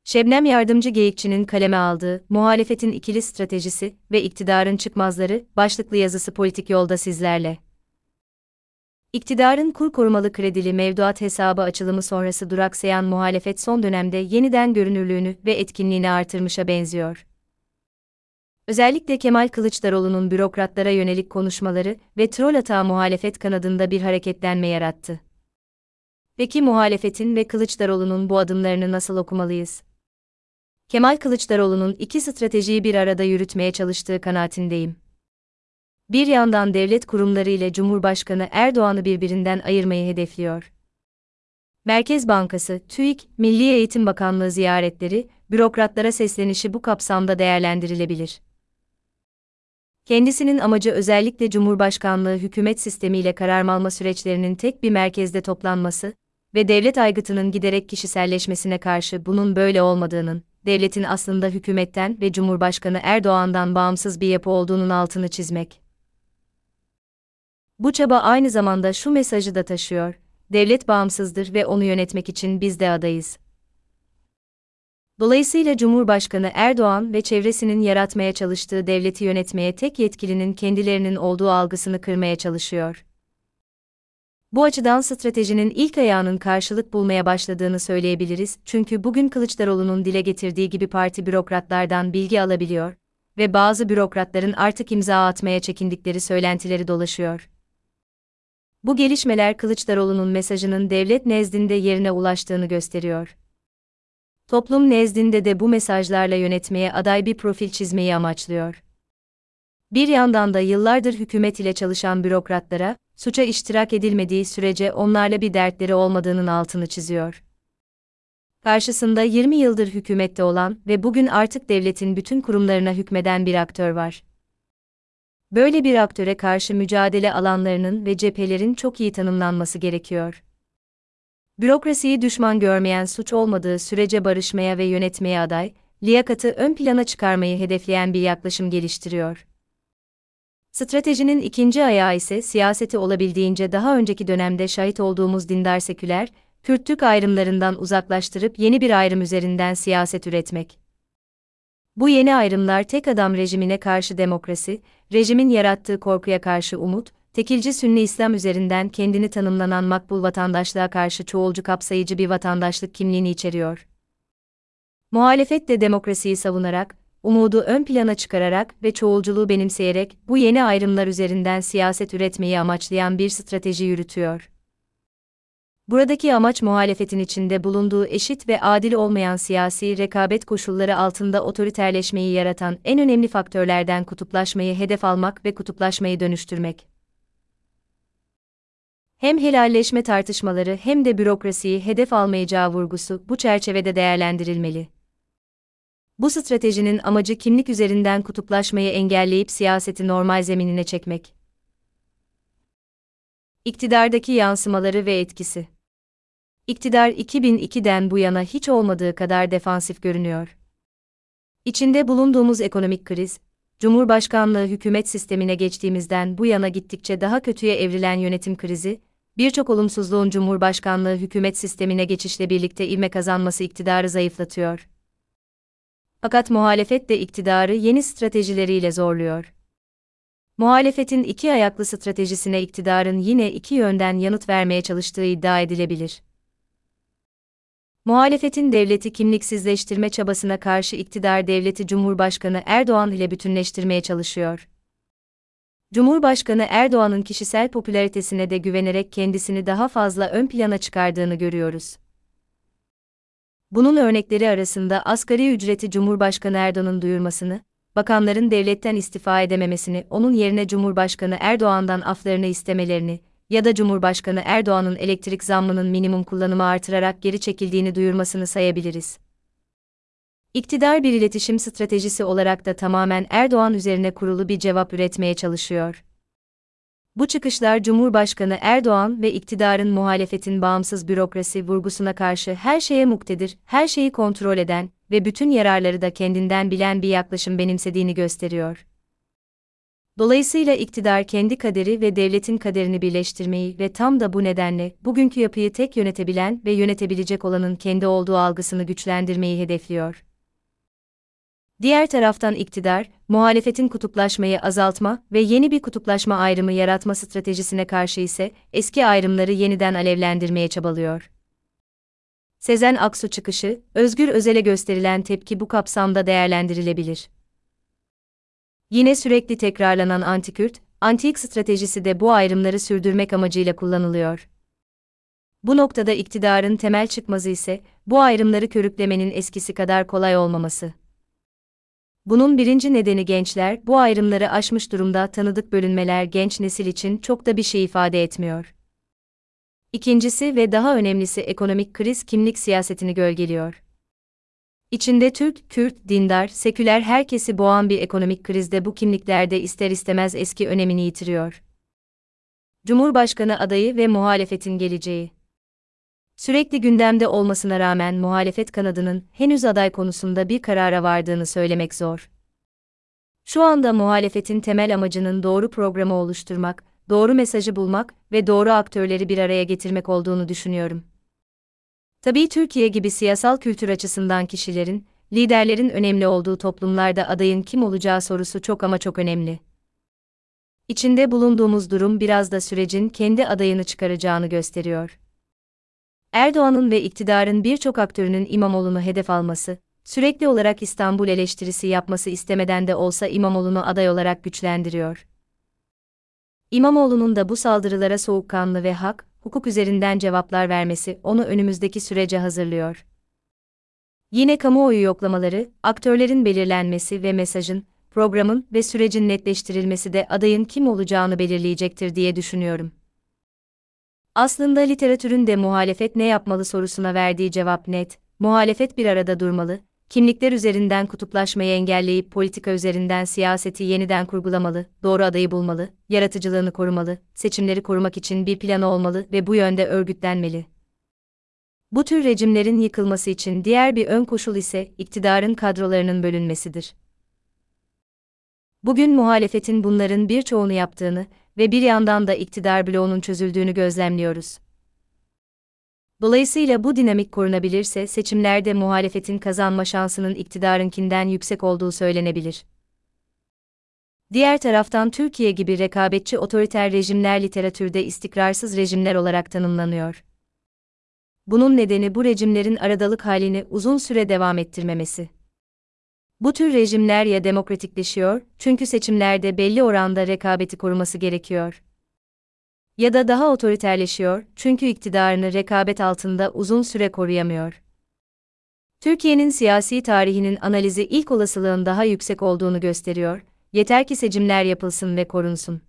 Şebnem Yardımcı Geyikçi'nin kaleme aldığı "Muhalefetin İkili Stratejisi ve İktidarın Çıkmazları" başlıklı yazısı Politik Yolda sizlerle. İktidarın kur korumalı kredili mevduat hesabı açılımı sonrası duraksayan muhalefet son dönemde yeniden görünürlüğünü ve etkinliğini artırmışa benziyor. Özellikle Kemal Kılıçdaroğlu'nun bürokratlara yönelik konuşmaları ve trol atağı muhalefet kanadında bir hareketlenme yarattı. Peki muhalefetin ve Kılıçdaroğlu'nun bu adımlarını nasıl okumalıyız? Kemal Kılıçdaroğlu'nun iki stratejiyi bir arada yürütmeye çalıştığı kanaatindeyim. Bir yandan devlet kurumları ile Cumhurbaşkanı Erdoğan'ı birbirinden ayırmayı hedefliyor. Merkez Bankası, TÜİK, Milli Eğitim Bakanlığı ziyaretleri, bürokratlara seslenişi bu kapsamda değerlendirilebilir. Kendisinin amacı özellikle Cumhurbaşkanlığı hükümet sistemiyle karar alma süreçlerinin tek bir merkezde toplanması ve devlet aygıtının giderek kişiselleşmesine karşı bunun böyle olmadığının, devletin aslında hükümetten ve Cumhurbaşkanı Erdoğan'dan bağımsız bir yapı olduğunun altını çizmek. Bu çaba aynı zamanda şu mesajı da taşıyor: devlet bağımsızdır ve onu yönetmek için biz de adayız. Dolayısıyla Cumhurbaşkanı Erdoğan ve çevresinin yaratmaya çalıştığı devleti yönetmeye tek yetkilinin kendilerinin olduğu algısını kırmaya çalışıyor. Bu açıdan stratejinin ilk ayağının karşılık bulmaya başladığını söyleyebiliriz, çünkü bugün Kılıçdaroğlu'nun dile getirdiği gibi parti bürokratlardan bilgi alabiliyor ve bazı bürokratların artık imza atmaya çekindikleri söylentileri dolaşıyor. Bu gelişmeler Kılıçdaroğlu'nun mesajının devlet nezdinde yerine ulaştığını gösteriyor. Toplum nezdinde de bu mesajlarla yönetmeye aday bir profil çizmeyi amaçlıyor. Bir yandan da yıllardır hükümet ile çalışan bürokratlara, suça iştirak edilmediği sürece onlarla bir dertleri olmadığının altını çiziyor. Karşısında 20 yıldır hükümette olan ve bugün artık devletin bütün kurumlarına hükmeden bir aktör var. Böyle bir aktöre karşı mücadele alanlarının ve cephelerin çok iyi tanımlanması gerekiyor. Bürokrasiyi düşman görmeyen, suç olmadığı sürece barışmaya ve yönetmeye aday, liyakatı ön plana çıkarmayı hedefleyen bir yaklaşım geliştiriyor. Stratejinin ikinci ayağı ise siyaseti olabildiğince daha önceki dönemde şahit olduğumuz dindar seküler, Kürt-Türk ayrımlarından uzaklaştırıp yeni bir ayrım üzerinden siyaset üretmek. Bu yeni ayrımlar tek adam rejimine karşı demokrasi, rejimin yarattığı korkuya karşı umut, tekilci Sünni İslam üzerinden kendini tanımlanan makbul vatandaşlığa karşı çoğulcu kapsayıcı bir vatandaşlık kimliğini içeriyor. Muhalefet de demokrasiyi savunarak, umudu ön plana çıkararak ve çoğulculuğu benimseyerek bu yeni ayrımlar üzerinden siyaset üretmeyi amaçlayan bir strateji yürütüyor. Buradaki amaç muhalefetin içinde bulunduğu eşit ve adil olmayan siyasi rekabet koşulları altında otoriterleşmeyi yaratan en önemli faktörlerden kutuplaşmayı hedef almak ve kutuplaşmayı dönüştürmek. Hem helalleşme tartışmaları hem de bürokrasiyi hedef almayacağı vurgusu bu çerçevede değerlendirilmeli. Bu stratejinin amacı kimlik üzerinden kutuplaşmayı engelleyip siyaseti normal zeminine çekmek. İktidardaki yansımaları ve etkisi. İktidar 2002'den bu yana hiç olmadığı kadar defansif görünüyor. İçinde bulunduğumuz ekonomik kriz, Cumhurbaşkanlığı hükümet sistemine geçtiğimizden bu yana gittikçe daha kötüye evrilen yönetim krizi, birçok olumsuzluğun Cumhurbaşkanlığı hükümet sistemine geçişle birlikte ivme kazanması iktidarı zayıflatıyor. Fakat muhalefet de iktidarı yeni stratejileriyle zorluyor. Muhalefetin iki ayaklı stratejisine iktidarın yine iki yönden yanıt vermeye çalıştığı iddia edilebilir. Muhalefetin devleti kimliksizleştirme çabasına karşı iktidar devleti Cumhurbaşkanı Erdoğan ile bütünleştirmeye çalışıyor. Cumhurbaşkanı Erdoğan'ın kişisel popülaritesine de güvenerek kendisini daha fazla ön plana çıkardığını görüyoruz. Bunun örnekleri arasında asgari ücreti Cumhurbaşkanı Erdoğan'ın duyurmasını, bakanların devletten istifa edememesini, onun yerine Cumhurbaşkanı Erdoğan'dan aflarını istemelerini ya da Cumhurbaşkanı Erdoğan'ın elektrik zammının minimum kullanımı artırarak geri çekildiğini duyurmasını sayabiliriz. İktidar bir iletişim stratejisi olarak da tamamen Erdoğan üzerine kurulu bir cevap üretmeye çalışıyor. Bu çıkışlar Cumhurbaşkanı Erdoğan ve iktidarın muhalefetin bağımsız bürokrasi vurgusuna karşı her şeye muktedir, her şeyi kontrol eden ve bütün yararları da kendinden bilen bir yaklaşım benimsediğini gösteriyor. Dolayısıyla iktidar kendi kaderi ve devletin kaderini birleştirmeyi ve tam da bu nedenle bugünkü yapıyı tek yönetebilen ve yönetebilecek olanın kendi olduğu algısını güçlendirmeyi hedefliyor. Diğer taraftan iktidar, muhalefetin kutuplaşmayı azaltma ve yeni bir kutuplaşma ayrımı yaratma stratejisine karşı ise eski ayrımları yeniden alevlendirmeye çabalıyor. Sezen Aksu çıkışı, Özgür Özel'e gösterilen tepki bu kapsamda değerlendirilebilir. Yine sürekli tekrarlanan anti-Kürt, anti-X stratejisi de bu ayrımları sürdürmek amacıyla kullanılıyor. Bu noktada iktidarın temel çıkmazı ise, bu ayrımları körüklemenin eskisi kadar kolay olmaması. Bunun birinci nedeni gençler, bu ayrımları aşmış durumda tanıdık bölünmeler genç nesil için çok da bir şey ifade etmiyor. İkincisi ve daha önemlisi ekonomik kriz kimlik siyasetini gölgeliyor. İçinde Türk, Kürt, dindar, seküler herkesi boğan bir ekonomik krizde bu kimlikler de ister istemez eski önemini yitiriyor. Cumhurbaşkanı adayı ve muhalefetin geleceği. Sürekli gündemde olmasına rağmen muhalefet kanadının henüz aday konusunda bir karara vardığını söylemek zor. Şu anda muhalefetin temel amacının doğru programı oluşturmak, doğru mesajı bulmak ve doğru aktörleri bir araya getirmek olduğunu düşünüyorum. Tabii Türkiye gibi siyasal kültür açısından kişilerin, liderlerin önemli olduğu toplumlarda adayın kim olacağı sorusu çok ama çok önemli. İçinde bulunduğumuz durum biraz da sürecin kendi adayını çıkaracağını gösteriyor. Erdoğan'ın ve iktidarın birçok aktörünün İmamoğlu'nu hedef alması, sürekli olarak İstanbul eleştirisi yapması istemeden de olsa İmamoğlu'nu aday olarak güçlendiriyor. İmamoğlu'nun da bu saldırılara soğukkanlı ve hak, hukuk üzerinden cevaplar vermesi onu önümüzdeki sürece hazırlıyor. Yine kamuoyu yoklamaları, aktörlerin belirlenmesi ve mesajın, programın ve sürecin netleştirilmesi de adayın kim olacağını belirleyecektir diye düşünüyorum. Aslında literatürün de muhalefet ne yapmalı sorusuna verdiği cevap net, muhalefet bir arada durmalı, kimlikler üzerinden kutuplaşmayı engelleyip politika üzerinden siyaseti yeniden kurgulamalı, doğru adayı bulmalı, yaratıcılığını korumalı, seçimleri korumak için bir planı olmalı ve bu yönde örgütlenmeli. Bu tür rejimlerin yıkılması için diğer bir ön koşul ise iktidarın kadrolarının bölünmesidir. Bugün muhalefetin bunların birçoğunu yaptığını ve bir yandan da iktidar bloğunun çözüldüğünü gözlemliyoruz. Dolayısıyla bu dinamik korunabilirse seçimlerde muhalefetin kazanma şansının iktidarınkinden yüksek olduğu söylenebilir. Diğer taraftan Türkiye gibi rekabetçi otoriter rejimler literatürde istikrarsız rejimler olarak tanımlanıyor. Bunun nedeni bu rejimlerin aradalık halini uzun süre devam ettirmemesi. Bu tür rejimler ya demokratikleşiyor, çünkü seçimlerde belli oranda rekabeti koruması gerekiyor. Ya da daha otoriterleşiyor, çünkü iktidarını rekabet altında uzun süre koruyamıyor. Türkiye'nin siyasi tarihinin analizi ilk olasılığın daha yüksek olduğunu gösteriyor, yeter ki seçimler yapılsın ve korunsun.